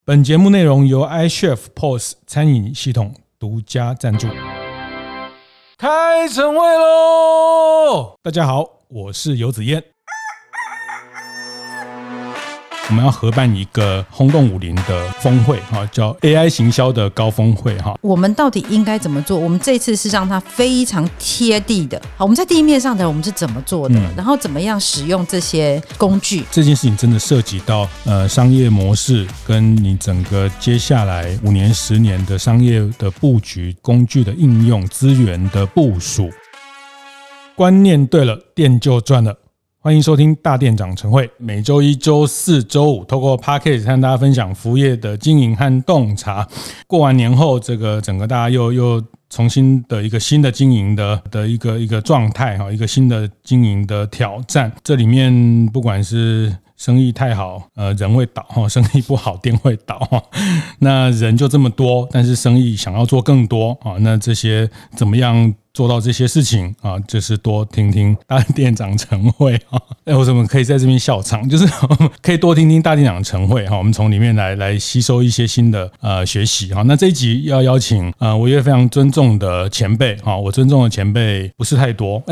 本节目内容由 iChef POS 餐饮系统独家赞助。开晨会喽！大家好，我是游子燕。我们要合办一个轰动武林的峰会，叫 AI 行销的高峰会。 我们到底应该怎么做？我们这次是让它非常贴地的。好，我们在地面上的我们是怎么做的？然后怎么样使用这些工具？ 这件事情真的涉及到商业模式跟你整个接下来5年、10年的商业的布局、工具的应用、资源的部署。观念对了，店就赚了。欢迎收听大店长晨会，每周一、周四、周五透过 Podcast 和大家分享服务业的经营和洞察。过完年后，这个整个大家又重新的一个新的经营的一个状态，一个新的经营的挑战。这里面不管是生意太好，人会倒；生意不好，店会倒。那人就这么多，但是生意想要做更多，那这些怎么样做到这些事情啊？就是多听听大店长晨会啊！为什么可以在这边笑场？就是可以多听听大店长晨会哈，我们从里面来吸收一些新的学习哈。那这一集要邀请我一位非常尊重的前辈哈，我尊重的前辈不是太多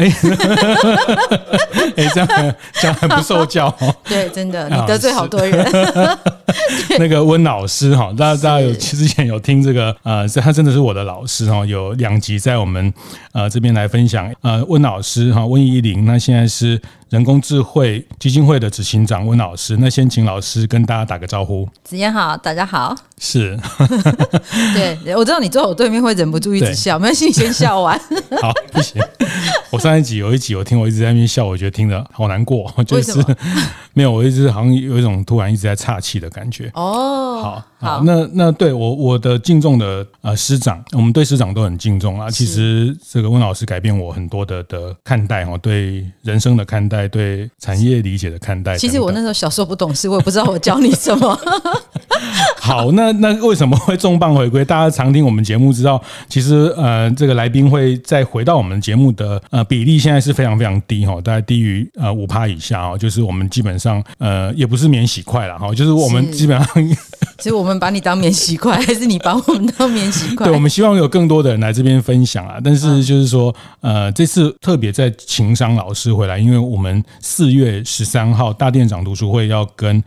这样很不受教。 对，真的，你得罪好多人。 那个温老师哈，大家之前有听这个他真的是我的老师哈，有2集在我们这边来分享。温老师哈，温怡玲，那现在是人工智慧基金会的执行长温老师。那先请老师跟大家打个招呼。 子燕好，大家好。 是对，我知道你坐我对面会忍不住一直笑，没关系，你先笑完。 好，不行，我上一集有一集我听我一直在那边笑，我觉得听得好难过，就是没有，我一直好像有一种突然一直在岔气的感觉。 哦， 好，那对我的敬重的师长，我们对师长都很敬重啊。其实这个温老师改变我很多的看待，对人生的看待，对产业理解的看待。 其实我那时候小时候不懂事，我也不知道我教你什么。 好，那为什么会重磅回归？大家常听我们节目知道，其实这个来宾会再回到我们节目的比例现在是非常非常低哈，大概低于5%以下，就是我们基本上也不是免洗筷啦哈，就是我们基本上是我们把你当免洗筷，还是你把我们当免洗筷？ 对，我们希望有更多的人来这边分享啊。但是就是说这次特别在情商老师回来，因为我们4月13号大店长读书会要跟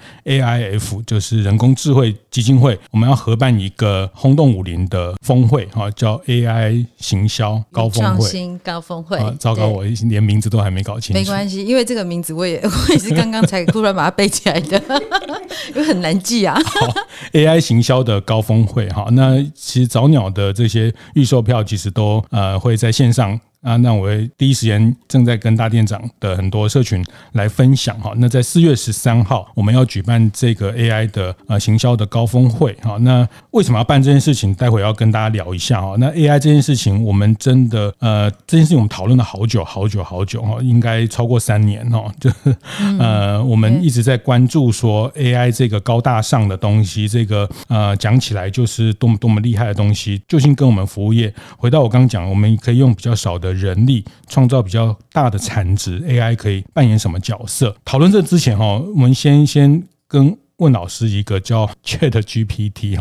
AIF 就是人工智慧基金会，我们要合办一个轰动武林的峰会，叫 AI 行销高峰会。 创新高峰会。 糟糕，我连名字都还没搞清楚。 没关系，因为这个名字我也是刚刚才突然把它背起来的，因为很难记啊。 AI 行销的高峰会，那其实早鸟的这些预售票其实都会在线上。那我会第一时间正在跟大店长的很多社群来分享哈。那在4月13号我们要举办这个 AI 的行销的高峰会哈。那为什么要办这件事情？待会要跟大家聊一下哈。那 AI 这件事情，我们真的这件事情我们讨论了好久哈，应该超过3年哈。就是我们一直在关注说 AI 这个高大上的东西，这个讲起来就是多么厉害的东西，究竟跟我们服务业回到我刚刚讲，我们可以用比较少的人力创造比较大的产值 ，AI 可以扮演什么角色？讨论这之前我们先跟问老师一个叫 ChatGPT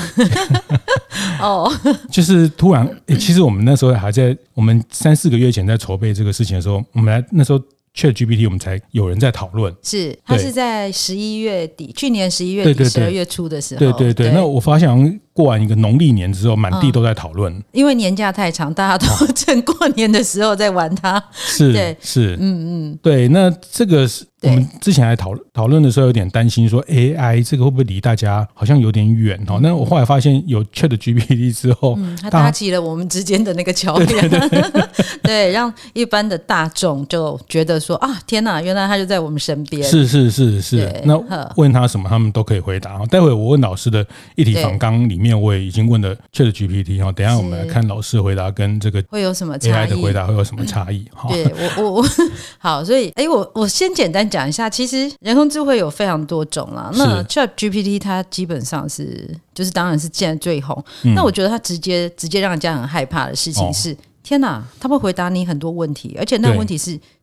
就是突然其实我们那时候还在我们3-4个月前在筹备这个事情的时候，我们那时候ChatGPT 我们才有人在讨论， 是它是在11月底，去年11月底12月初的时候， 对。那我发现好像过完一个农历年之后，满地都在讨论， 因为年假太长，大家都趁过年的时候在玩它。 是，对。那这个是我们之前还讨论的时候，有点担心说 AI 这个会不会离大家好像有点远哈？那我后来发现有 ChatGPT 之后， 它搭起了我们之间的那个桥梁，对，让一般的大众就觉得说啊，天哪，原来他就在我们身边。 是。那问他什么，他们都可以回答。待会我问老师的议题访纲里面，我也已经问了 ChatGPT 哈。等一下我们来看老师的回答跟这个会有什么差异 ，AI 的回答会有什么差异？ 对我好，所以我先简单讲一下，其实人工智慧有非常多种啦。那 ChatGPT 它基本上就是当然是现在最红。那我觉得它直接让人家很害怕的事情是。天哪，他会回答你很多问题，而且那个问题是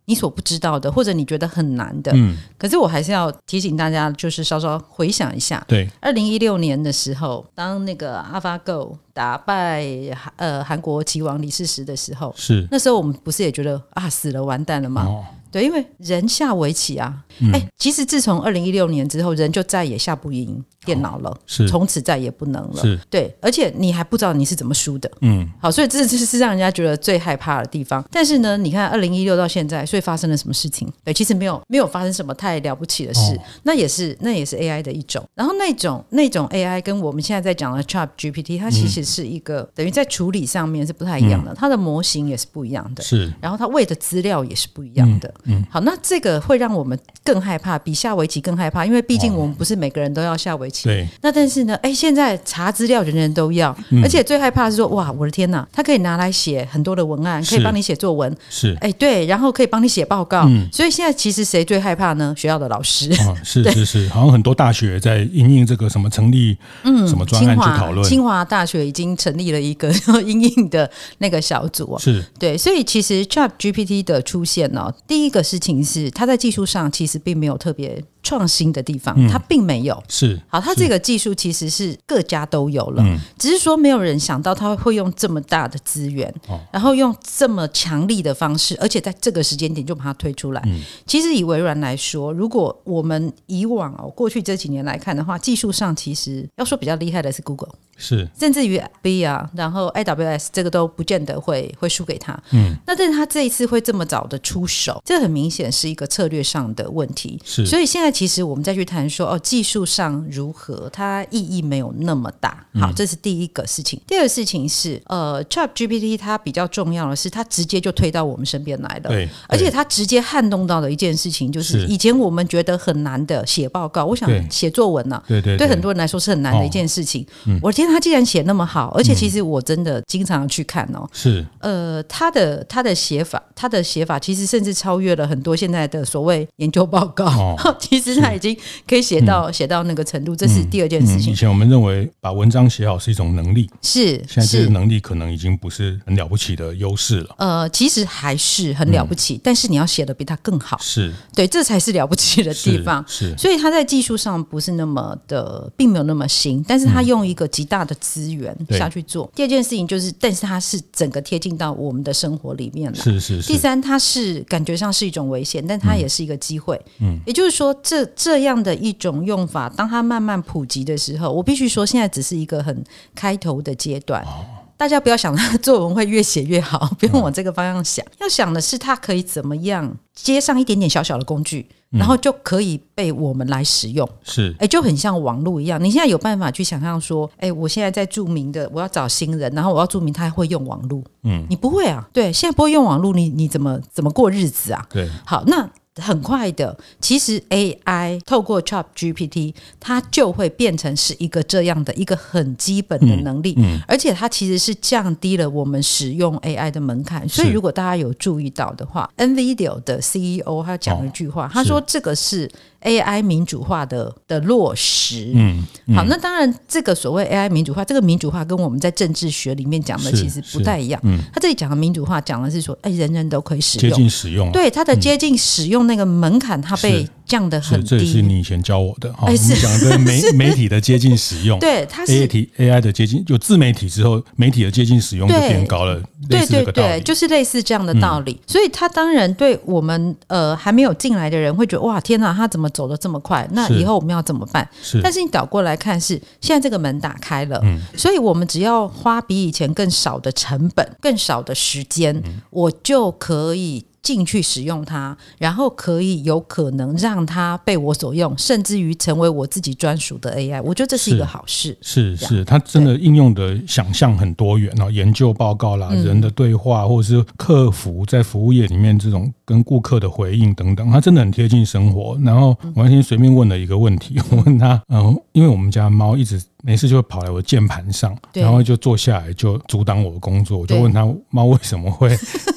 你所不知道的，或者你觉得很难的。可是我还是要提醒大家，就是稍稍回想一下， 对 ，2016年的时候，当那个 AlphaGo 打败韩国棋王李世石的时候， 是那时候我们不是也觉得啊死了完蛋了吗？对，因为人下围棋啊，其实自从2016年之后，人就再也下不赢电脑了， 是从此再也不能了。 是， 对，而且你还不知道你是怎么输的。好，所以这是让人家觉得最害怕的地方。但是呢，你看2016到现在，所以发生了什么事情？对，其实没有发生什么太了不起的事，那也是 AI 的一种。然后那种 AI 跟我们现在在讲的 ChatGPT， 它其实是一个等于在处理上面是不太一样的，它的模型也是不一样的， 是， 然后它喂的资料也是不一样的。好，那这个会让我们更害怕，比下围棋更害怕，因为毕竟我们不是每个人都要下围棋。 对。 那但是呢，现在查资料人人都要，而且最害怕的是说，哇，我的天哪，它可以拿来写很多的文案，可以帮你写作文， 是， 对，然后可以帮你写报告。所以现在其实谁最害怕呢？学校的老师。 是，好像很多大学在因应这个什么成立什么专案去讨论。 清华大学已经成立了一个因应的那个小组。 是，对， 所以其实 ChatGPT 的出现呢，第一个事情是它在技术上其实并没有特别创新的地方，它并没有。 是， 好，它这个技术其实是各家都有了，只是说没有人想到它会用这么大的资源，然后用这么强力的方式，而且在这个时间点就把它推出来。其实以微软来说，如果我们以往过去这几年来看的话，技术上其实要说比较厉害的是 Google， 是， 甚至于 B 啊，然后 AWS 这个都不见得会输给他。那但是他这一次会这么早的出手，这很明显是一个策略上的问题。 是， 所以现在其实我们再去谈说技术上如何，它意义没有那么大。好，这是第一个事情。第二个事情是ChatGPT 它比较重要的是它直接就推到我们身边来了， 对， 而且它直接撼动到的一件事情就是以前我们觉得很难的写报告，我想写作文呢，对很多人来说是很难的一件事情。我的天，他既然写那么好，而且其实我真的经常去看是他的写法其实甚至超越了很多现在的所谓研究报告。其实他已经可以写到那个程度，这是第二件事情。 以前我们认为把文章写好是一种能力， 是， 现在这个能力可能已经不是很了不起的优势了。 其实还是很了不起，但是你要写的比他更好， 是， 对，这才是了不起的地方。 是， 所以他在技术上不是那么的，并没有那么新，但是他用一个极大的资源下去做。第二件事情就是，但是它是整个贴近到我们的生活里面了。 是。 第三，它是感觉上是一种危险，但它也是一个机会。也就是说，这样的一种用法，当它慢慢普及的时候，我必须说，现在只是一个很开头的阶段。大家不要想他作文会越写越好，不用往这个方向想，要想的是他可以怎么样接上一点点小小的工具，然后就可以被我们来使用。 是， 就很像网络一样，你现在有办法去想象说，我现在在注明的，我要找新人，然后我要注明他会用网络，你不会啊，对，现在不会用网络，你怎么过日子啊？ 对， 好，那很快的，其实 AI 透过 ChatGPT 它就会变成是一个这样的一个很基本的能力，而且它其实是降低了我们使用 AI 的门槛。所以如果大家有注意到的话， NVIDIA 的 CEO 他讲了一句话，他说这个是 AI 民主化的落实。好，那当然这个所谓 AI 民主化，这个民主化跟我们在政治学里面讲的其实不太一样。他这里讲的民主化讲的是说人人都可以使用， 接近使用， 对，它的接近使用那个门槛它被降得很低。 这也是你以前教我的。我们讲的媒体的接近使用对，它是 AI 的接近，有自媒体之后媒体的接近使用就变高了，类似这个道理。 对，就是类似这样的道理。所以它当然对我们还没有进来的人会觉得哇天哪，他怎么走得这么快，那以后我们要怎么办？但是你倒过来看，是现在这个门打开了，所以我们只要花比以前更少的成本，更少的时间，我就可以进去使用它，然后可以有可能让它被我所用，甚至于成为我自己专属的 AI， 我觉得这是一个好事。 是，它真的应用的想象很多元，研究报告啦，人的对话，或者是客服在服务业里面这种跟顾客的回应等等，它真的很贴近生活。然后我那天随便问了一个问题，我问他，因为我们家猫一直没事就会跑来我的键盘上，然后就坐下来就阻挡我的工作，我就问他猫为什么会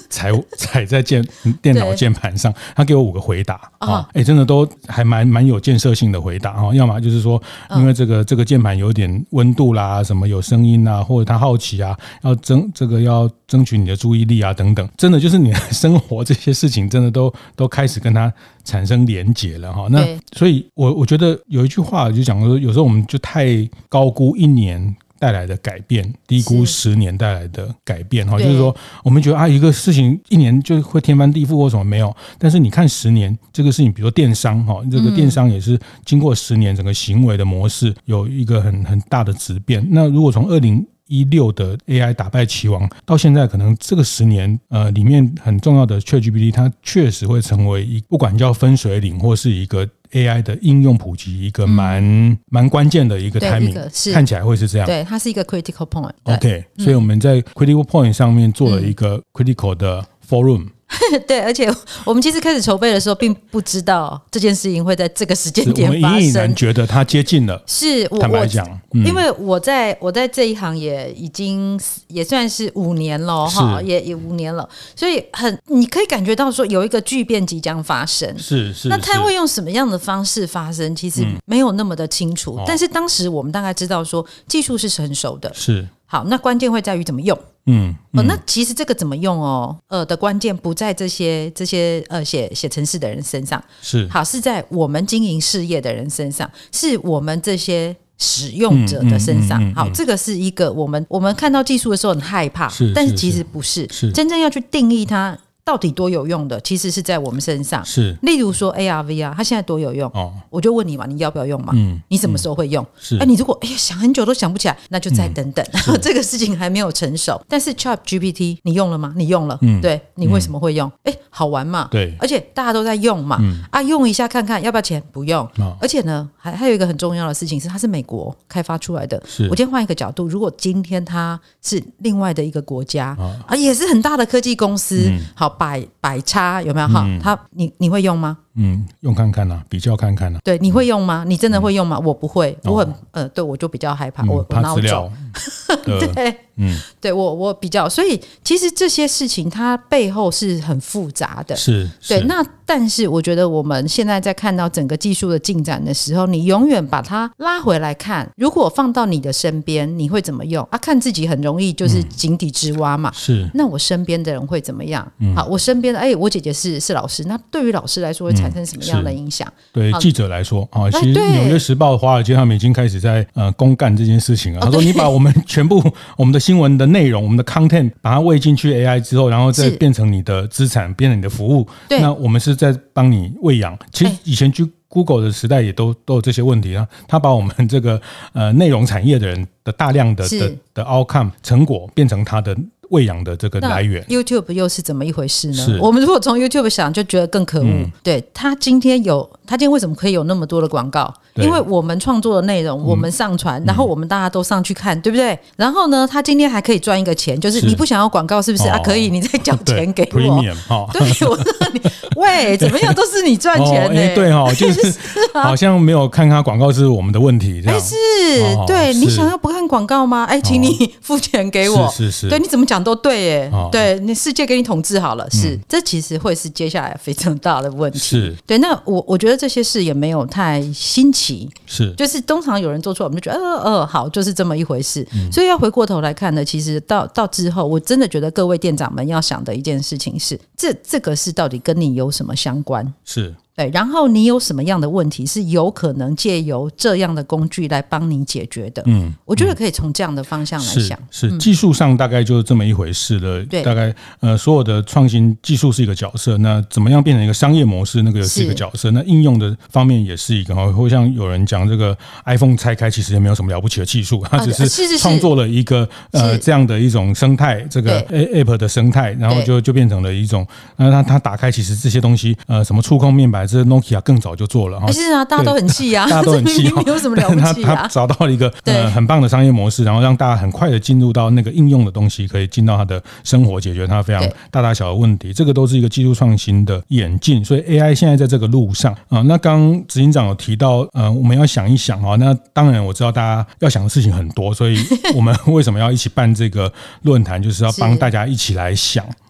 踩在电脑键盘上，他给我5个回答真的都还蛮有建设性的回答要么就是说因为这个键盘有点温度啦，什么有声音啊，或者他好奇啊，要争取你的注意力啊等等，真的就是你的生活这些事情真的都开始跟他产生连结了那所以我觉得有一句话就讲说，有时候我们就太高估1年带来的改变，低估10年带来的改变就是说我们觉得一个事情1年就会天翻地覆或什么，没有，但是你看10年这个事情，比如说电商这个电商也是经过10年整个行为的模式有一个很大的质变。那如果从2016的 AI 打败棋王到现在，可能这个10年里面很重要的 ChatGPT 它确实会成为不管叫分水岭或是一个AI 的应用普及一个蛮关键的一个 timing， 看起来会是这样。 对，它是一个 critical point。 OK， 所以我们在 critical point 上面做了一个 critical 的 forum。 对，而且我们其实开始筹备的时候并不知道这件事情会在这个时间点发生， 我们隐隐然觉得它接近了。 是坦白讲因为我在这一行也算是5年了也5年了，所以你可以感觉到说有一个巨变即将发生。是那它会用什么样的方式发生其实没有那么的清楚，但是当时我们大概知道说技术是成熟的。是好，那关键会在于怎么用。那其实这个怎么用的关键不在这些写程式的人身上，是在我们经营事业的人身上，是我们这些使用者的身上。好，这个是一个我们看到技术的时候很害怕，但是其实不是真正要去定义它到底多有用的，其实是在我们身上。例如说 AR/VR 它现在多有用我就问你嘛，你要不要用嘛？你什么时候会用？你如果想很久都想不起来，那就再等等这个事情还没有成熟。但是 ChatGPT 你用了吗？你用了对，你为什么会用？好玩嘛，对，而且大家都在用嘛用一下看看要不要钱，不用而且呢还有一个很重要的事情是它是美国开发出来的。我今天换一个角度，如果今天它是另外的一个国家也是很大的科技公司好百差有没有你会用吗？ 用看看比较看看对，你会用吗？你真的会用吗？我不会，我很对，我就比较害怕，我怕资料对对，我比较，所以其实这些事情它背后是很复杂的。对，那但是我觉得我们现在在看到整个技术的进展的时候，你永远把它拉回来看，如果放到你的身边你会怎么用看自己很容易就是井底之蛙嘛。那我身边的人会怎么样？好，我身边的我姐姐是老师，那对于老师来说会产生什么样的影响？ 对记者来说其实纽约时报、华尔街他们已经开始在公干这件事情了。他说你把我们全部我们的新闻的内容，我们的 content 把它喂进去 AI 之后，然后再变成你的资产，变成你的服务，那我们是在帮你喂养。其实以前去 Google 的时代也都有这些问题他把我们这个内容产业的人的大量的 outcome 成果变成他的喂养的这个来源。 YouTube 又是怎么一回事呢？我们如果从 YouTube 想就觉得更可恶对，他今天为什么可以有那么多的广告？因为我们创作的内容我们上传然后我们大家都上去看对不对？然后呢他今天还可以赚一个钱，就是你不想要广告是不是可以你再缴钱给我。对，我说你喂怎么样都是你赚钱对就是好像没有看他广告是我们的问题这样。 对，你想要不看广告吗？请你付钱给我。是对，你怎么讲都对耶对，你世界给你统治好了这其实会是接下来非常大的问题。对，那我觉得这些事也没有太新奇，就是通常有人做错我们就觉得好就是这么一回事所以要回过头来看呢，其实到之后我真的觉得各位店长们要想的一件事情是这个是到底跟你有什么相关。对，然后你有什么样的问题是有可能借由这样的工具来帮你解决的我觉得可以从这样的方向来想。 技术上大概就是这么一回事了。大概所有的创新技术是一个角色，那怎么样变成一个商业模式那个也是一个角色，那应用的方面也是一个会像有人讲这个 iPhone 拆开其实也没有什么了不起的技术，它只是创作了一个这样的一种生态，这个 App 的生态，然后就变成了一种它打开其实这些东西什么触控面板这 Nokia 更早就做了是啊，大家都很气啊大家都很气没有什么了不起他找到了一个很棒的商业模式，然后让大家很快的进入到那个应用的东西，可以进到他的生活，解决他非常大小的问题，这个都是一个技术创新的演进。所以 AI 现在在这个路上那刚刚执行长有提到我们要想一想那当然我知道大家要想的事情很多，所以我们为什么要一起办这个论坛，就是要帮大家一起来想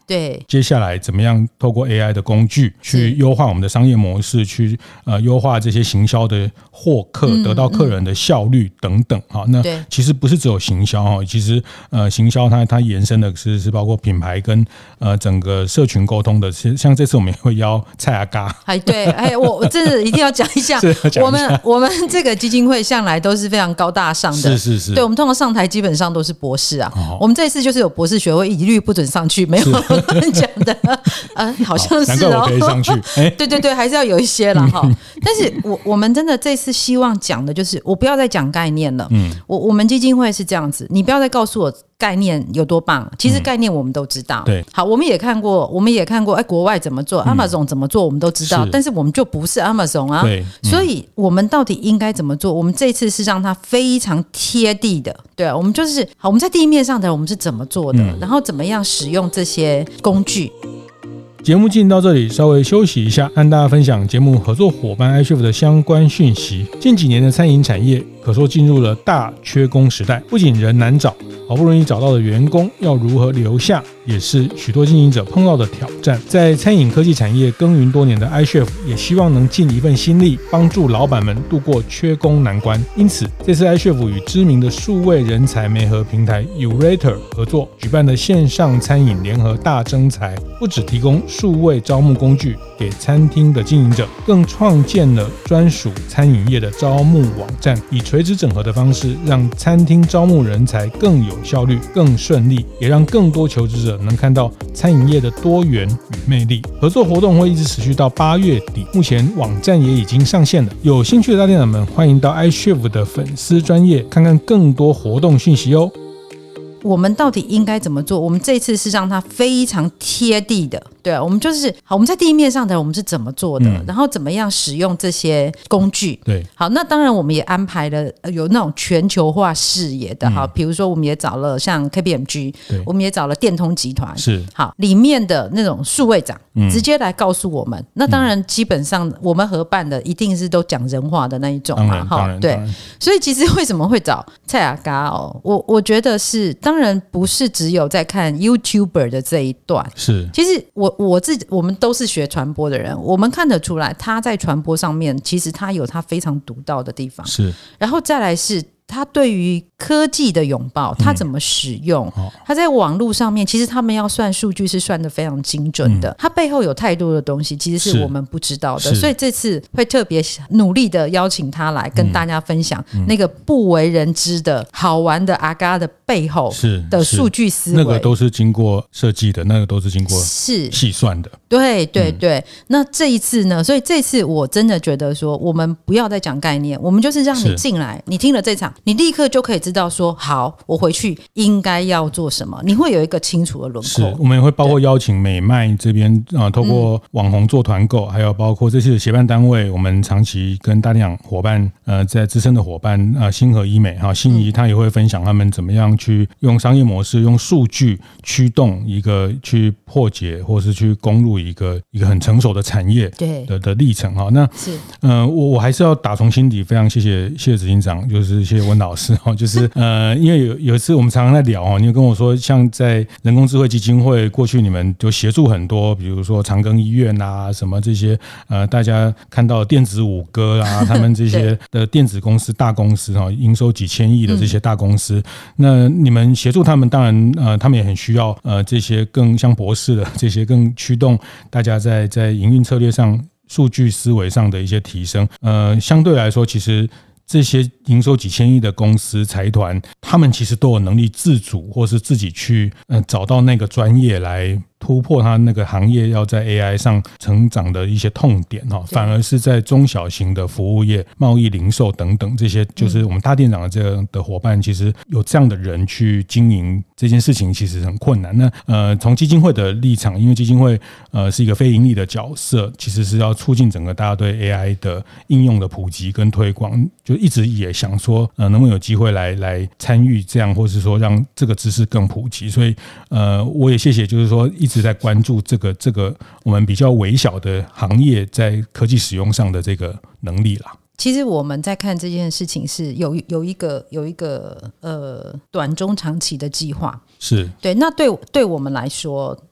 对， 接下来怎么样透过 AI 的工具去优化我们的商业模式，去优化这些行销的获客，得到客人的效率等等。好，那其实不是只有行销，其实行销它延伸的是包括品牌跟整个社群沟通的。像这次我们也会邀蔡阿嘎， 对，我真的一定要讲一下，我们这个基金会向来都是非常高大上的， 是， 对，我们通常上台基本上都是博士啊，我们这次就是有博士学位，一律不准上去，没有人讲的，好像是难怪我可以上去， 对，还是要有一些啦哈。但是我们真的这次希望讲的就是，我不要再讲概念了，我们基金会是这样子，你不要再告诉我概念有多棒，其实概念我们都知道， 对， 好，我们也看过，国外怎么做，Amazon 怎么做，我们都知道，但是我们就不是 Amazon 啊， 对， 所以我们到底应该怎么做？我们这次是让它非常贴地的，对啊，我们就是好，我们在地面上的我们是怎么做的，然后怎么样使用这些工具。 节目进行到这里，稍微休息一下，和大家分享节目合作伙伴 iChef 的相关讯息。近几年的餐饮产业可说进入了大缺工时代，不仅人难找，好不容易找到的员工要如何留下，也是许多经营者碰到的挑战。在餐饮科技产业耕耘多年的 iChef 也希望能尽一份心力，帮助老板们度过缺工难关。因此，这次 iChef 与知名的数位人才媒合平台 Yourator 合作举办的线上餐饮联合大征才，不只提供数位招募工具给餐厅的经营者，更创建了专属餐饮业的招募网站，以垂直整合的方式，让餐厅招募人才更有效率、更顺利，也让更多求职者能看到餐饮业的多元与魅力。合作活动会一直持续到8月底，目前网站也已经上线了。有兴趣的大店长们，欢迎到 iChef 的粉丝专页看看更多活动讯息哦。 我们到底应该怎么做？我们这次是让它非常贴地的，对啊，我们就是好，我们在地面上的我们是怎么做的，然后怎么样使用这些工具。 对， 好，那当然我们也安排了有那种全球化视野的，好，比如说我们也找了像 KPMG， 我们也找了电通集团， 是好里面的那种数位长，直接来告诉我们。那当然，基本上我们合办的一定是都讲人话的那一种嘛，哈，对。所以其实为什么会找蔡阿嘎哦？我觉得是当然不是只有在看 YouTuber 的这一段， 是其实我们都是学传播的人，我们看得出来他在传播上面其实他有他非常独到的地方， 是， 然后再来是他对于科技的拥抱，他怎么使用，他在网络上面其实他们要算数据是算得非常精准的，他背后有太多的东西其实是我们不知道的，所以这次会特别努力的邀请他来跟大家分享那个不为人知的好玩的阿嘎的背后的数据思维， 那个都是经过设计的，那个都是经过细算的， 对对对。那这一次呢，所以这次我真的觉得说我们不要再讲概念，我们就是让你进来，你听了这场你立刻就可以知道说好，我回去应该要做什么，你会有一个清楚的轮廓。 是，我们也会包括邀请美麦这边透过网红做团购，还有包括这次的协办单位，我们长期跟大量伙伴在资深的伙伴星河医美心仪，他也会分享他们怎么样去用商业模式，用数据驱动一个去破解或是去攻入一个很成熟的产业的历程那是我还是要打从心底非常谢谢执行长，就是谢谢温老师就是因为有一次我们常常在聊你有跟我说，像在人工智慧基金会过去你们就协助很多，比如说长庚医院什么这些大家看到电子五哥他们这些的电子公司大公司营收几千亿的这些大公司，那你们协助他们，当然他们也很需要这些更像博士的这些更驱动大家在营运策略上数据思维上的一些提升相对来说其实这些营收几千亿的公司财团，他们其实都有能力自主或是自己去找到那个专业来突破它那个行业要在 AI 上成长的一些痛点反而是在中小型的服务业、贸易零售等等这些，就是我们大店长的这样的伙伴，其实有这样的人去经营这件事情其实很困难。那从基金会的立场，因为基金会是一个非盈利的角色，其实是要促进整个大家对 AI 的应用的普及跟推广，就一直也想说能不能有机会来参与这样，或是说让这个知识更普及。所以我也谢谢就是说一直在关注这个我们比较微小的行业在科技使用上的这个能力啦。 其实我们在看这件事情是有一个短中长期的计划， 是对。 那对我们来说，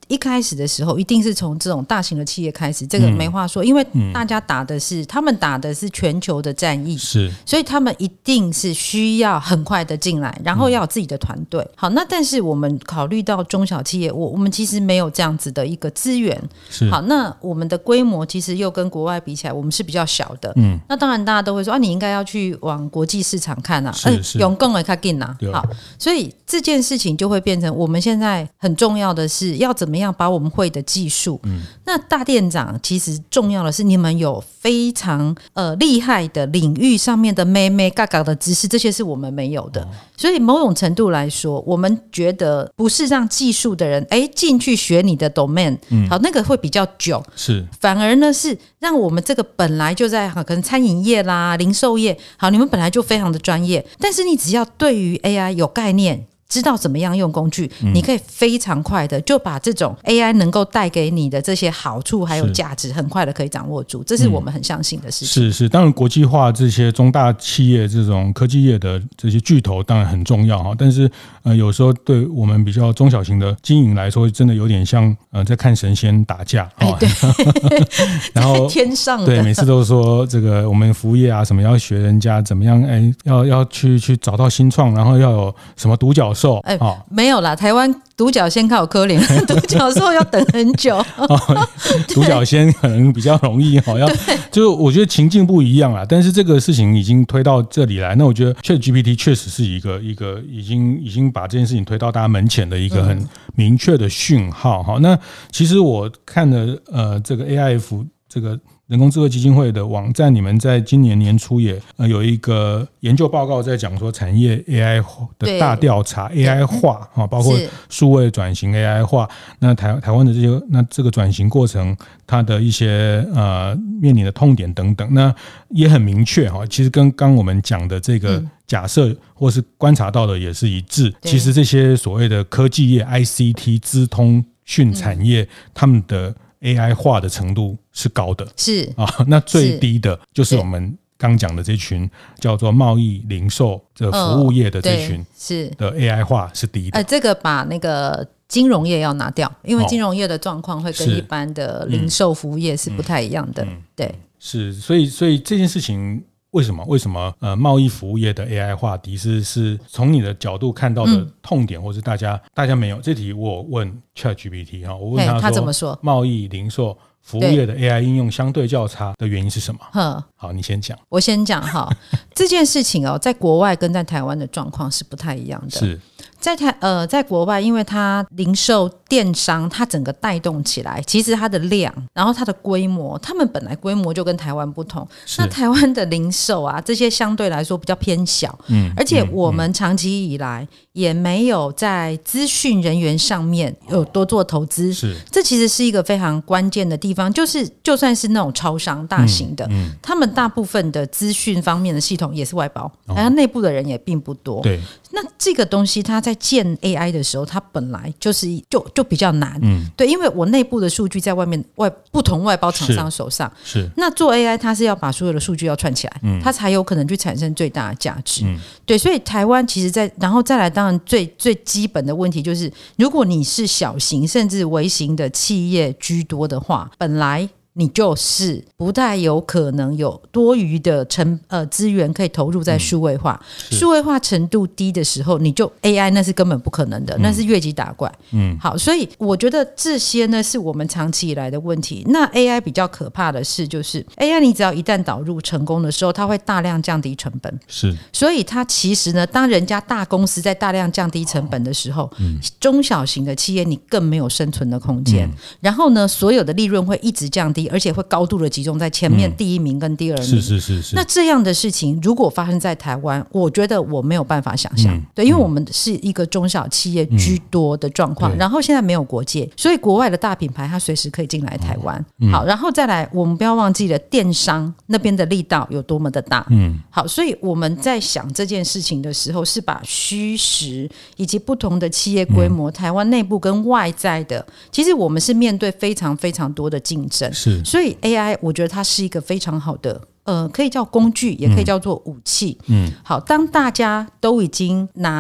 一开始的时候一定是从这种大型的企业开始，这个没话说，因为大家他们打的是全球的战役， 是， 所以他们一定是需要很快的进来，然后要有自己的团队。好，那但是我们考虑到中小企业，我们其实没有这样子的一个资源。好，那我们的规模其实又跟国外比起来，我们是比较小的。那当然大家都会说你应该要去往国际市场看啊，用更会较紧啊。好，所以这件事情就会变成我们现在很重要的是要怎么样把我们会的技术。那大店长其实重要的是你们有非常厉害的领域上面的妹妹嘎嘎的知识，这些是我们没有的。所以某种程度来说，我们觉得不是让技术的人进去学你的 domain，好，那个会比较久， 是， 反而呢是让我们这个本来就在可能餐饮业啦、零售业，好，你们本来就非常的专业，但是你只要对于 AI 有概念，知道怎么样用工具，你可以非常快的就把这种 AI 能够带给你的这些好处还有价值很快的可以掌握住，这是我们很相信的事情。 是，当然国际化这些中大企业这种科技业的这些巨头当然很重要，但是有时候对我们比较中小型的经营来说，真的有点像在看神仙打架， 对然后在天上的， 对，每次都说这个我们服务业啊什么要学人家怎么样，要去找到新创，然后要有什么独角兽。 没有啦，台湾独角仙靠可怜，独角兽要等很久。 独角仙可能比较容易，就我觉得情境不一样啦。但是这个事情已经推到这里来，那我觉得 ChatGPT 确实是一个已经把这件事情推到大家门前的一个很明确的讯号。那其实我看了这个 AIF 这个人工智慧基金会的网站，你们在今年年初也有一个研究报告在讲说产业 AI 的大调查 AI 化，包括数位转型 AI 化，那台湾的这个转型过程它的一些面临的痛点等等，那也很明确，其实跟刚我们讲的这个假设或是观察到的也是一致。其实这些所谓的科技业 ICT 资通讯产业，他们的AI 化的程度是高的， 是那最低的就是我们刚讲的这群叫做贸易零售的服务业的这群是的 AI 化是低的。 这个把那个金融业要拿掉，因为金融业的状况会跟一般的零售服务业是不太一样的。对， 是，所以这件事情。为什么贸易服务业的 AI 化低是从你的角度看到的痛点，或是大家没有？这题我问 ChatGPT 我问他怎么说？ 贸易零售服务业的 AI 应用相对较差的原因是什么？好，你先讲。 我先讲哈，这件事情在国外跟在台湾的状况是不太一样的。 是。 在国外，因为它零售电商它整个带动起来，其实它的量，然后它的规模，他们本来规模就跟台湾不同。那台湾的零售啊，这些相对来说比较偏小，而且我们长期以来也没有在资讯人员上面有多做投资。 是， 这其实是一个非常关键的地方，就算是那种超商大型的，他们大部分的资讯方面的系统也是外包，然后内部的人也并不多。 对。 那这个东西它在建 AI 的时候，它本来就比较难，对，因为我内部的数据在外面不同外包厂商手上， 是那做 AI 它是要把所有的数据要串起来，它才有可能去产生最大的价值，对，所以台湾其实然后再来，当然最基本的问题就是，如果你是小型甚至微型的企业居多的话，本来你就是不太有可能有多余的资源可以投入在数位化，数位化程度低的时候，你就 AI 那是根本不可能的，那是越级打怪。好，所以我觉得这些呢是我们长期以来的问题。那 AI 比较可怕的是，就是 AI 你只要一旦导入成功的时候，它会大量降低成本。 是， 所以它其实呢，当人家大公司在大量降低成本的时候，中小型的企业你更没有生存的空间。然后呢，所有的利润会一直降低。而且会高度的集中在前面第一名跟第二名。 是。 那这样的事情如果发生在台湾，我觉得我没有办法想象。对，因为我们是一个中小企业居多的状况，然后现在没有国界，所以国外的大品牌它随时可以进来台湾。好，然后再来，我们不要忘记了电商那边的力道有多么的大。好，所以我们在想这件事情的时候，是把虚实以及不同的企业规模，台湾内部跟外在的，其实我们是面对非常非常多的竞争。 是。 所以 AI 我觉得它是一个非常好的可以叫工具，也可以叫做武器。好，当大家都已经拿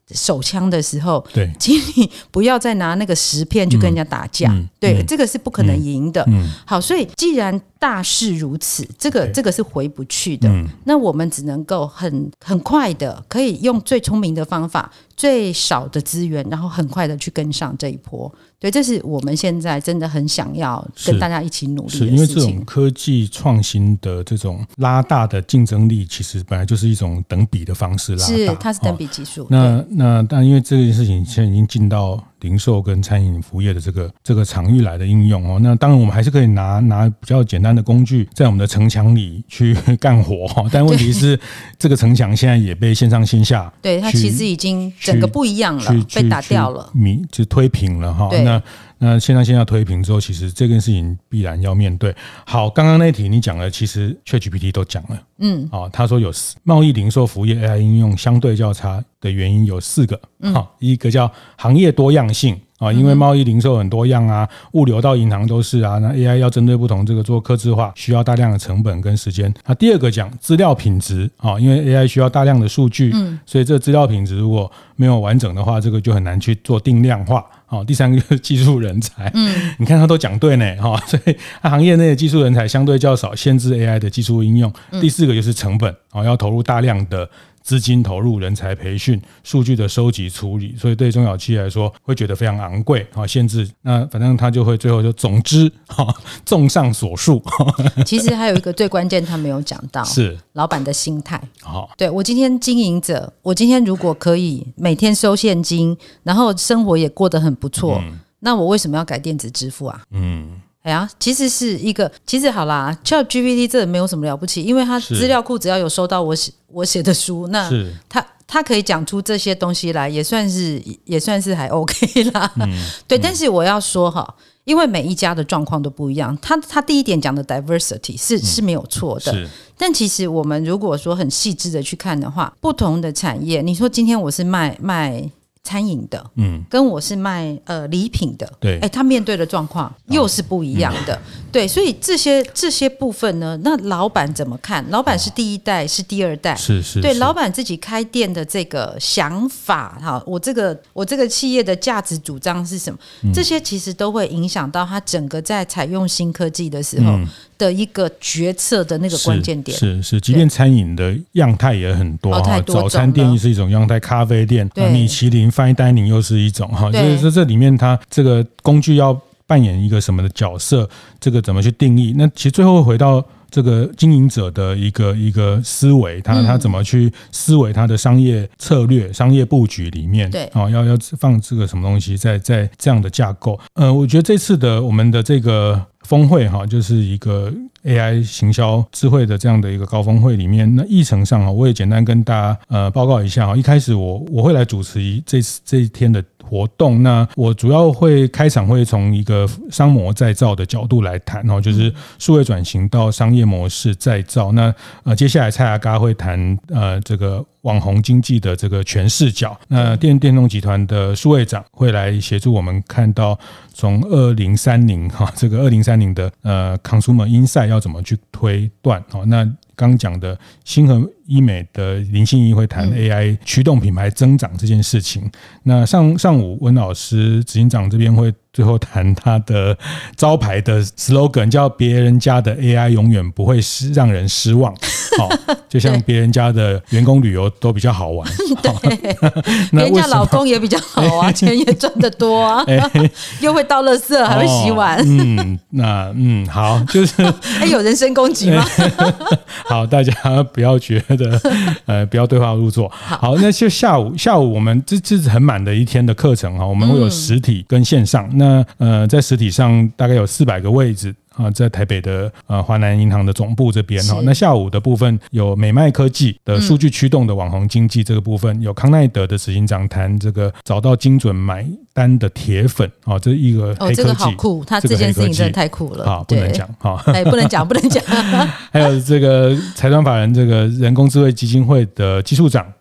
手枪的时候， 对， 请你不要再拿那个10片去跟人家打架，对，这个是不可能赢的。好，所以既然大势如此，这个是回不去的。那我们只能够很快的，可以用最聪明的方法，最少的资源，然后很快的去跟上这一波。对，这是我们现在真的很想要跟大家一起努力的事情。 是因为这种科技创新的这种拉大的竞争力，其实本来就是一种等比的方式拉大， 是它是等比技术。 但因为这件事情现在已经进到零售跟餐饮服务业的这个场域来的应用哦，那当然我们还是可以拿比较简单的工具在我们的城墙里去干活，但问题是这个城墙现在也被线上线下， 对，它其实已经整个不一样了，被打掉了， 就推平了哈。那线上线下推平之后，其实这件事情必然要面对。好，刚刚那题你讲了，其实 ChatGPT 都讲了，他说有贸易零售服务业 AI 应用相对较差的原因有4个，一个叫行业多样性。因为贸易零售很多样啊，物流到银行都是啊，那 AI 要针对不同这个做客制化，需要大量的成本跟时间。那第2个讲资料品质，因为 AI 需要大量的数据，所以这资料品质如果没有完整的话，这个就很难去做定量化。第3个就是技术人才，你看他都讲对呢，所以行业内的技术人才相对较少，限制 AI 的技术应用。第4个就是成本，要投入大量的资金投入、人才培训、数据的收集处理，所以对中小企业来说会觉得非常昂贵，限制。那反正他就会最后就总之，综上所述， 其实还有一个最关键他没有讲到， 是老板的心态。对，我今天经营者，我今天如果可以每天收现金，然后生活也过得很不错，那我为什么要改电子支付啊？其实是一个，其实好啦 ChatGPT 这没有什么了不起，因为它资料库只要有收到我写的书，那它可以讲出这些东西来，也算是还 OK 啦。对，但是我要说因为每一家的状况都不一样，他第一点讲的 diversity 是没有错的，但其实我们如果说很细致的去看的话，不同的产业，你说今天我是卖餐饮的，跟我是卖礼品的，对，他面对的状况又是不一样的，对，所以这些部分呢，那老板怎么看？老板是第一代，是第2代，是对，老板自己开店的这个想法，我这个企业的价值主张是什么？这些其实都会影响到他整个在采用新科技的时候的一个决策的那个关键点。 是，即便餐饮的样态也很多，早餐店是一种样态，咖啡店、米其林Fine Dining 又是一种，就是这里面它这个工具要扮演一个什么的角色，这个怎么去定义？那其实最后会回到这个经营者的一个思维，他怎么去思维他的商业策略、商业布局里面，对，要放这个什么东西在这样的架构。我觉得这次的我们的这个峰会就是一个 AI 行销智慧的这样的一个高峰会里面，那议程上我也简单跟大家报告一下。一开始我会来主持这一天的活动，那我主要会开场会从一个商模再造的角度来谈，就是数位转型到商业模式再造。那接下来蔡阿嘎会谈这个网红经济的这个全视角。那电动集团的数位长会来协助我们看到从2030这个2030的consumer insight 要怎么去推断。那刚讲的星河医美的林信义会谈 AI 驱动品牌增长这件事情。那上午温老师执行长这边会最后谈他的招牌的 slogan， 叫别人家的 AI 永远不会让人失望。就像别人家的员工旅游都比较好玩， 对，别人家老公也比较好啊，钱也赚得多啊，又会倒垃圾还会洗碗。 好，就是有人身攻击吗？ 好，大家不要觉得不要对号入座。好，那就下午我们这是很满的一天的课程，我们会有实体跟线上。那在实体上大概有400个位置。在台北的华南银行的总部这边。那下午的部分有美麦科技的数据驱动的网红经济这个部分，有康奈德的执行长谈这个找到精准买单的铁粉，这一个黑科技。 这个好酷，他这件事情真的太酷了。 不能讲， 不能讲。 还有这个财团法人这个人工智慧基金会的技术长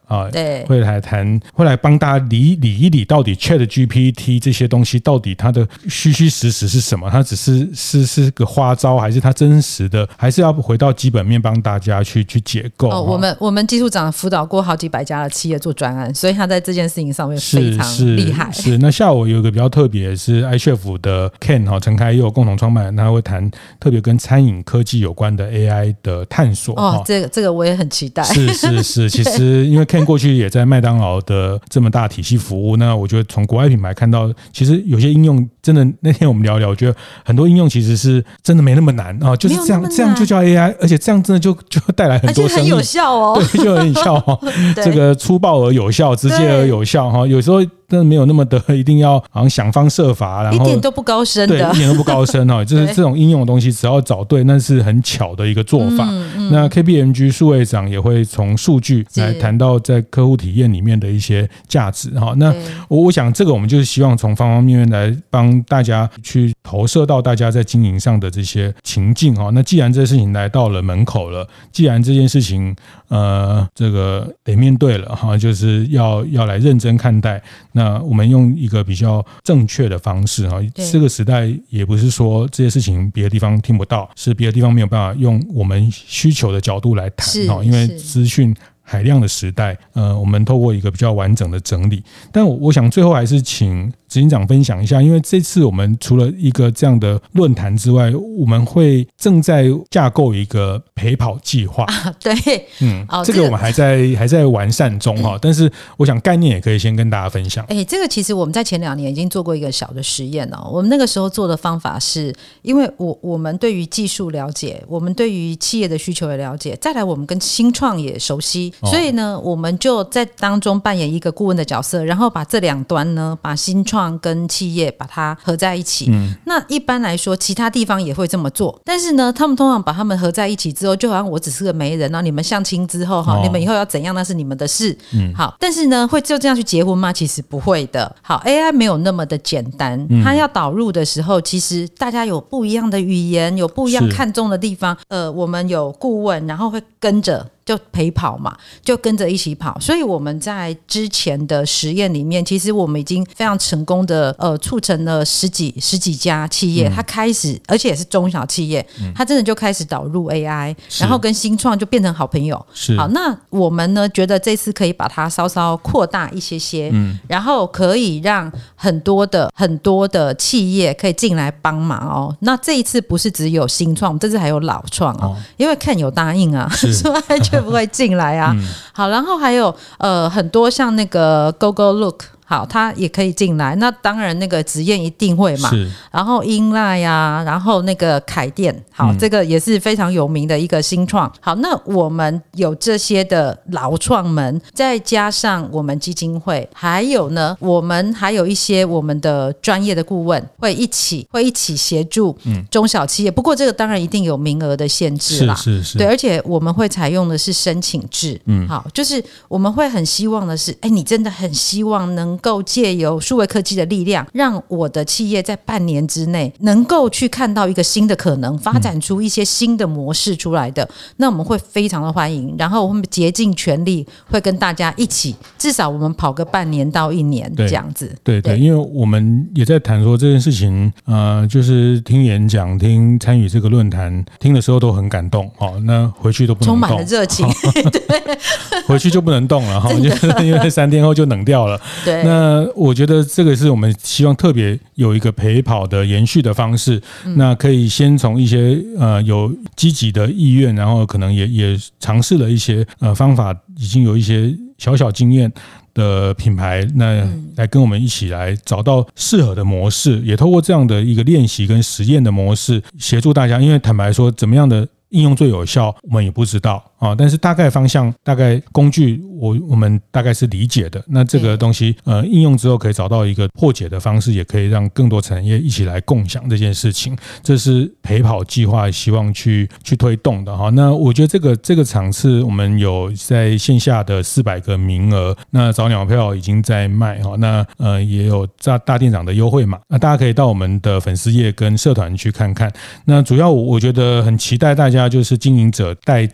啊， 对， 会来帮大家理一理，到底 ChatGPT 这些东西到底它的虚实是什么？它只是个花招，还是它真实的？还是要回到基本面帮大家去解构？ 我们技术长辅导过好几百家的企业做专案，所以他在这件事情上面非常厉害。 是。那下午有一个比较特别，是 iChef 的 Ken 陈开佑共同创办人，他会谈特别跟餐饮科技有关的 AI 的探索。 这个我也很期待。 是。其实因为 Ken 过去也在麦当劳的这么大体系服务，那我觉得从国外品牌看到，其实有些应用真的，那天我们聊聊，我觉得很多应用其实是真的没那么难啊，就是这样就叫 AI， 而且这样真的就带来很多生意， 而且很有效哦， 对，就很有效哦，这个粗暴而有效，直接而有效哈，有时候真的没有那么的一定要好像想方设法，然后一点都不高深的， 对，一点都不高深哈，就是这种应用的东西，只要找对，那是很巧的一个做法。那 KPMG 数位长也会从数据来谈到在客户体验里面的一些价值哈。那我想这个我们就是希望从方方面面来帮大家去投射到大家在经营上的这些情境哈。那既然这事情来到了门口了，既然这件事情这个得面对了哈，就是要来认真看待。那我们用一个比较正确的方式哈，这个时代也不是说这些事情别的地方听不到，是别的地方没有办法用我们需求的角度来谈哈，因为资讯海量的时代，我们透过一个比较完整的整理，但我想最后还是请执行长分享一下，因为这次我们除了一个这样的论坛之外，我们会正在架构一个陪跑计划。 对， 这个我们还在完善中哈，但是我想概念也可以先跟大家分享。 这个其实我们在前2年已经做过一个小的实验哦。我们那个时候做的方法是，因为我们对于技术了解，我们对于企业的需求也了解，再来我们跟新创也熟悉。所以呢，我们就在当中扮演一个顾问的角色，然后把这2端呢，把新创跟企业把它合在一起。那一般来说，其他地方也会这么做，但是呢，他们通常把他们合在一起之后，就好像我只是个媒人，然后你们相亲之后你们以后要怎样那是你们的事。好，但是呢，会就这样去结婚吗？其实不会的。好 ，AI 没有那么的简单，它要导入的时候，其实大家有不一样的语言，有不一样看重的地方。我们有顾问，然后会跟着。就陪跑嘛，就跟着一起跑。所以我们在之前的实验里面，其实我们已经非常成功的促成了十几家企业，它开始，而且也是中小企业，它真的就开始导入 AI， 然后跟新创就变成好朋友。好，那我们呢觉得这次可以把它稍稍扩大一些，然后可以让很多的企业可以进来帮忙哦。那这一次不是只有新创，这次还有老创哦，因为 Ken 有答应啊，说会不会进来啊？好，然后还有很多像那个 GoGoLook。好，他也可以进来。那当然，那个职业一定会嘛。然后英赖呀，然后那个凯店，好，这个也是非常有名的一个新创。好，那我们有这些的劳创们，再加上我们基金会，还有呢，我们还有一些我们的专业的顾问会一起协助中小企业。不过这个当然一定有名额的限制啦。是。对，而且我们会采用的是申请制。好，就是我们会很希望的是，你真的很希望能够借由数位科技的力量，让我的企业在半年之内能够去看到一个新的可能，发展出一些新的模式出来的，那我们会非常的欢迎，然后我们竭尽全力会跟大家一起，至少我们跑个半年到1年这样子。对， 因为我们也在谈说这件事情，就是听演讲、听参与这个论坛，听的时候都很感动，那回去都不能动， 充满了热情，对， 回去就不能动了，就是因为3天后就冷掉了。 对。 那我觉得这个是我们希望特别有一个陪跑的延续的方式，那可以先从一些有积极的意愿，然后可能也尝试了一些方法，已经有一些小经验的品牌，那来跟我们一起来找到适合的模式，也透过这样的一个练习跟实验的模式协助大家。因为坦白说，怎么样的应用最有效，我们也不知道啊，但是大概方向、大概工具，我们大概是理解的。那这个东西应用之后可以找到一个破解的方式，也可以让更多产业一起来共享这件事情。这是陪跑计划希望去推动的哈。那我觉得这个场次我们有在线下的400个名额，那早鸟票已经在卖哈。那也有大店长的优惠码，那大家可以到我们的粉丝页跟社团去看看。那主要我觉得很期待大家就是经营者带自己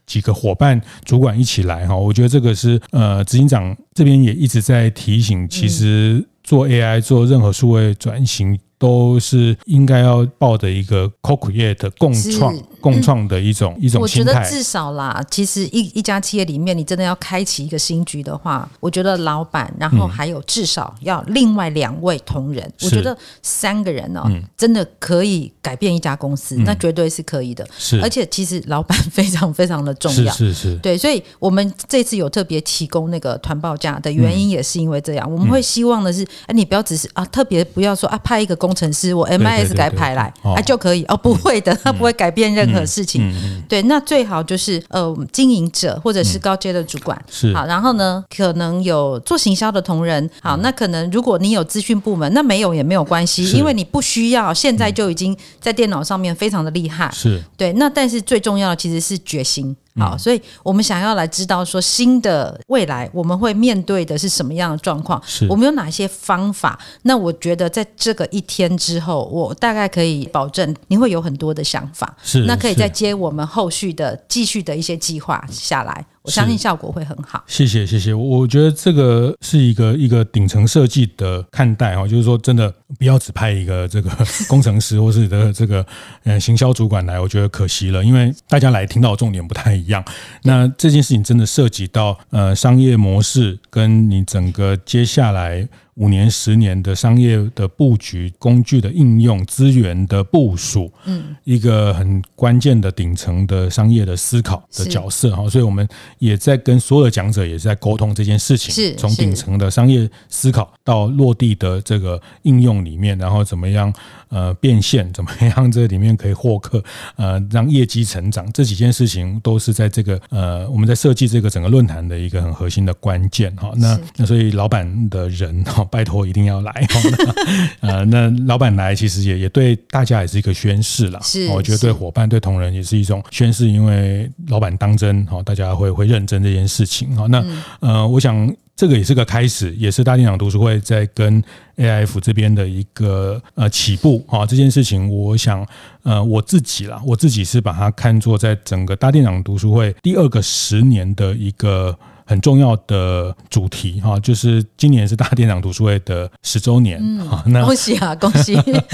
几个伙伴主管一起来哈，我觉得这个是执行长这边也一直在提醒，其实做 AI 做任何数位转型都是应该要抱的一个 co-create 共创的一种心态。 我觉得至少啦，其实一家企业里面，你真的要开启一个新局的话，我觉得老板，然后还有至少要另外2位同仁，我觉得3个人真的可以改变一家公司，那绝对是可以的。而且其实老板非常非常的重要， 是， 对，所以我们这次有特别提供那个团报价的原因，也是因为这样，我们会希望的是，你不要只是特别不要说派一个工程师，我 MIS 给他排来就可以不会的，他不会改变任何事情。对，那最好就是经营者或者是高阶的主管，好，然后呢，可能有做行销的同仁，好，那可能如果你有资讯部门，那没有也没有关系，因为你不需要，现在就已经在电脑上面非常的厉害，是对。那但是最重要的其实是决心。好，所以我们想要来知道说新的未来我们会面对的是什么样的状况，我们有哪些方法。那我觉得在这个1天之后，我大概可以保证你会有很多的想法，那可以再接我们后续的继续的一些计划下来，我相信效果会很好。谢谢，我觉得这个是一个顶层设计的看待，就是说真的不要只派一个这个工程师或是这个行销主管来，我觉得可惜了，因为大家来听到的重点不太一样。那这件事情真的涉及到商业模式跟你整个接下来5年10年的商业的布局、工具的应用、资源的部署，一个很关键的顶层的商业的思考的角色，所以我们也在跟所有的讲者也是在沟通这件事情，从顶层的商业思考到落地的这个应用里面，然后怎么样变现，怎么样这里面可以获客，让业绩成长，这几件事情都是在这个我们在设计这个整个论坛的一个很核心的关键。那所以老板的人拜托一定要来。那老板来其实也对大家也是一个宣示啦，我觉得对伙伴对同仁也是一种宣示，因为老板当真，大家会认真这件事情。那我想这个也是个开始，也是大店长读书会在跟 AIF 这边的一个起步这件事情。我想我自己是把它看作在整个大店长读书会第2个10年的一个很重要的主题，就是今年是大店长读书会的10周年。 恭喜啊，恭喜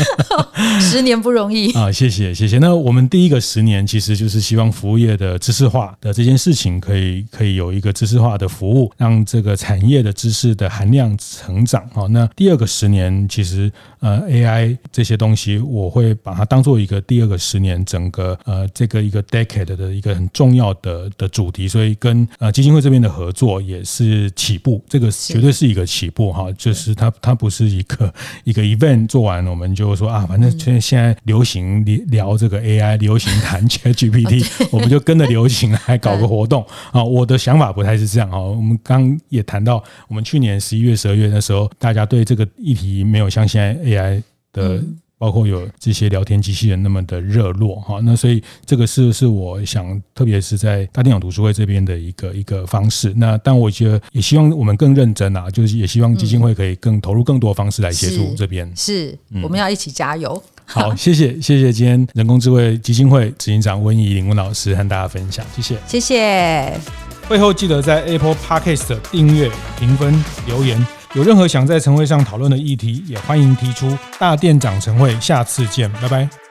！10年不容易啊， 谢谢。那我们第1个10年其实就是希望服务业的知识化的这件事情可以有一个知识化的服务，让这个产业的知识的含量成长。那第2个10年其实AI 这些东西，我会把它当做一个第2个10年整个这个一个 decade 的一个很重要的主题，所以跟基金会这边的合作也是起步，这个绝对是一个起步哈，就是它不是一个 event 做完我们就说反正现在流行聊这个 AI， 流行谈 ChatGPT， 我们就跟着流行来搞个活动我的想法不太是这样我们刚也谈到，我们去年11月12月的时候，大家对这个议题没有像现在 AI 的包括有这些聊天机器人那么的热络那所以这个是我想特别是在大店长读书会这边的一个方式。那但我觉得也希望我们更认真就是也希望基金会可以更投入更多的方式来协助这边， 是我们要一起加油。 好，谢谢今天人工智慧基金会执行长温怡玲温老师和大家分享， 谢谢。 会后记得在 Apple Podcast 订阅、评分、留言。有任何想在晨会上讨论的议题，也欢迎提出。大店长晨会，下次见，拜拜。